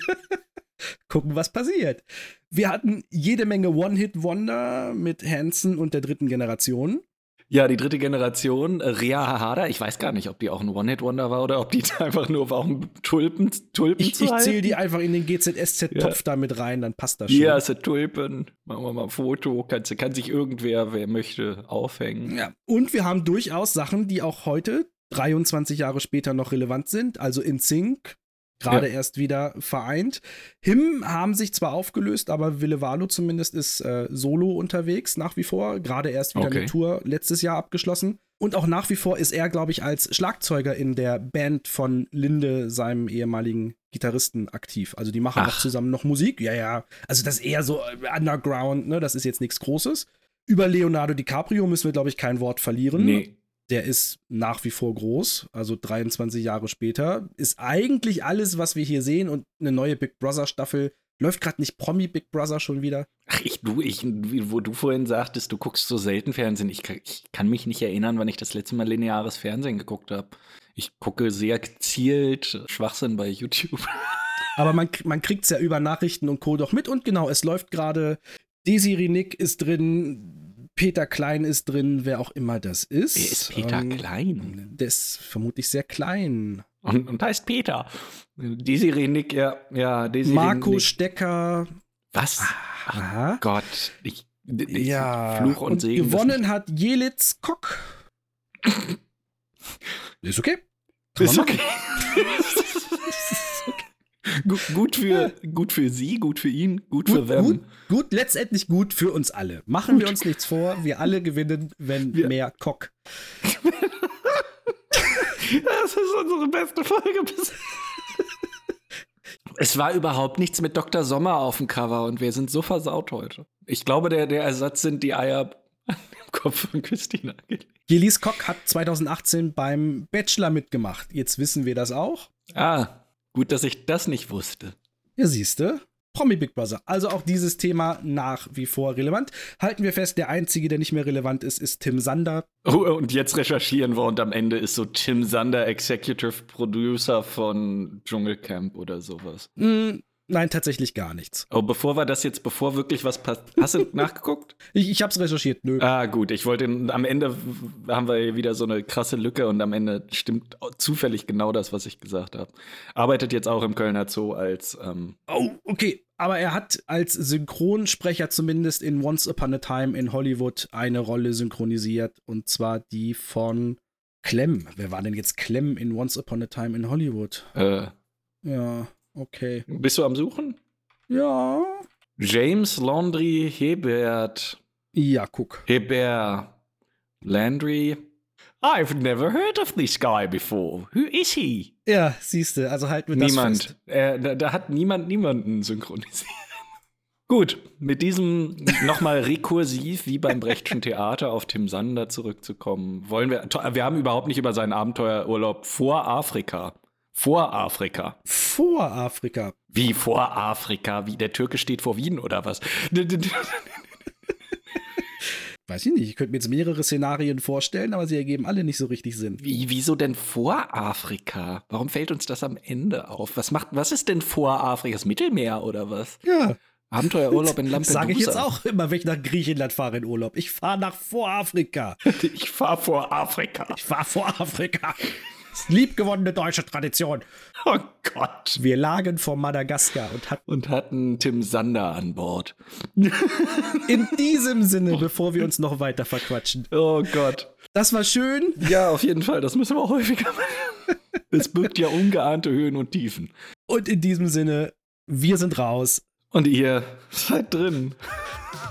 Gucken, was passiert. Wir hatten jede Menge One-Hit-Wonder mit Hanson und der dritten Generation. Ja, die dritte Generation, äh, Ria Hahada, ich weiß gar nicht, ob die auch ein One-Hit-Wonder war oder ob die einfach nur war, um Tulpen, Tulpen Ich, zu ich halten. zähle die einfach in den G Z S Z-Topf Ja. da mit rein, dann passt das schon. Hier hast du Tulpen, machen wir mal ein Foto, kann, kann sich irgendwer, wer möchte, aufhängen. Ja. Und wir haben durchaus Sachen, die auch heute, dreiundzwanzig Jahre später, noch relevant sind. Also in Sync, gerade Ja. erst wieder vereint. Him haben sich zwar aufgelöst, aber Ville Valo zumindest ist äh, solo unterwegs nach wie vor. Gerade erst wieder Okay. eine Tour letztes Jahr abgeschlossen. Und auch nach wie vor ist er, glaube ich, als Schlagzeuger in der Band von Linde, seinem ehemaligen Gitarristen, aktiv. Also die machen Ach. auch zusammen noch Musik. Ja, ja. Also das ist eher so äh, Underground, ne? Das ist jetzt nichts Großes. Über Leonardo DiCaprio müssen wir, glaube ich, kein Wort verlieren. Nee. Der ist nach wie vor groß, also dreiundzwanzig Jahre später. Ist eigentlich alles, was wir hier sehen, und eine neue Big Brother Staffel. Läuft gerade nicht Promi Big Brother schon wieder? Ach, ich, du, ich, wie- wo du vorhin sagtest, du guckst so selten Fernsehen. Ich, kann- ich kann mich nicht erinnern, wann ich das letzte Mal lineares Fernsehen geguckt habe. Ich gucke sehr gezielt Schwachsinn bei YouTube. Aber man, man kriegt es ja über Nachrichten und Co. doch mit. Und genau, es läuft gerade. Desiree Nick ist drin. Peter Klein ist drin, wer auch immer das ist. Wer ist Peter Ähm, Klein? Der ist vermutlich sehr klein. Und, und heißt Peter. Desiree Nick, ja, ja, Desiree Marco Nick. Stecker. Was? Ach Aha. Gott. Ich, ich, Ja. Fluch und, Segen. des- gewonnen hat Jelitz Kock. Ist okay. Kann Ist man okay. gut, gut, für, gut für sie, gut für ihn, gut, für Gut, them. gut, gut, letztendlich gut für uns alle. Machen wir uns nichts vor, wir alle gewinnen, wenn Wir- mehr Kock. Das ist unsere beste Folge bis. Es war überhaupt nichts mit Doktor Sommer auf dem Cover und wir sind so versaut heute. Ich glaube, der, der Ersatz sind die Eier an dem Kopf von Christina. Jelis Kock hat zweitausendachtzehn beim Bachelor mitgemacht. Jetzt wissen wir das auch. Ah, Gut, dass ich das nicht wusste. Ja, siehste. Promi Big Brother. Also auch dieses Thema nach wie vor relevant. Halten wir fest, der Einzige, der nicht mehr relevant ist, ist Tim Sander. Oh, und jetzt recherchieren wir und am Ende ist so Tim Sander, Executive Producer von Dschungelcamp oder sowas. Hm, nein, tatsächlich gar nichts. Oh, bevor wir das jetzt, bevor wirklich was passiert. Hast du nachgeguckt? Ich, ich hab's recherchiert, nö. Ah, gut, ich wollte, am Ende haben wir wieder so eine krasse Lücke und am Ende stimmt zufällig genau das, was ich gesagt habe. Arbeitet jetzt auch im Kölner Zoo als, ähm Oh, okay. Aber er hat als Synchronsprecher zumindest in Once Upon a Time in Hollywood eine Rolle synchronisiert. Und zwar die von Clem. Wer war denn jetzt Clem in Once Upon a Time in Hollywood? äh, Ja, okay. bist du am Suchen? Ja. James Landry Hebert. Ja, guck. Hebert Landry. I've never heard of this guy before. Who is he? Ja, siehste, also halten wir das Niemand. fest. Äh, da, da hat niemand niemanden synchronisiert. Gut, mit diesem nochmal rekursiv wie beim Brechtschen Theater auf Tim Sander zurückzukommen, wollen wir. Wir haben überhaupt nicht über seinen Abenteuerurlaub vor Afrika. Vor Afrika. Vor Afrika. Wie vor Afrika? Wie der Türke steht vor Wien oder was? Weiß ich nicht, ich könnte mir jetzt mehrere Szenarien vorstellen, aber sie ergeben alle nicht so richtig Sinn. Wie, wieso denn vor Afrika? Warum fällt uns das am Ende auf? Was macht, was ist denn vor Afrika? Das Mittelmeer oder was? Ja. Abenteuerurlaub in Lampedusa. Sage ich jetzt auch immer, wenn ich nach Griechenland fahre in Urlaub. Ich fahre nach vor Afrika. Ich fahr vor Afrika. Ich fahre vor Afrika. Das ist liebgewonnene deutsche Tradition. Oh Gott. Wir lagen vor Madagaskar und hatten Und hatten Tim Sander an Bord. in diesem Sinne, bevor wir uns noch weiter verquatschen. Oh Gott. Das war schön. Ja, auf jeden Fall. Das müssen wir auch häufiger machen. Es birgt ja ungeahnte Höhen und Tiefen. Und in diesem Sinne, wir sind raus. Und ihr seid drin.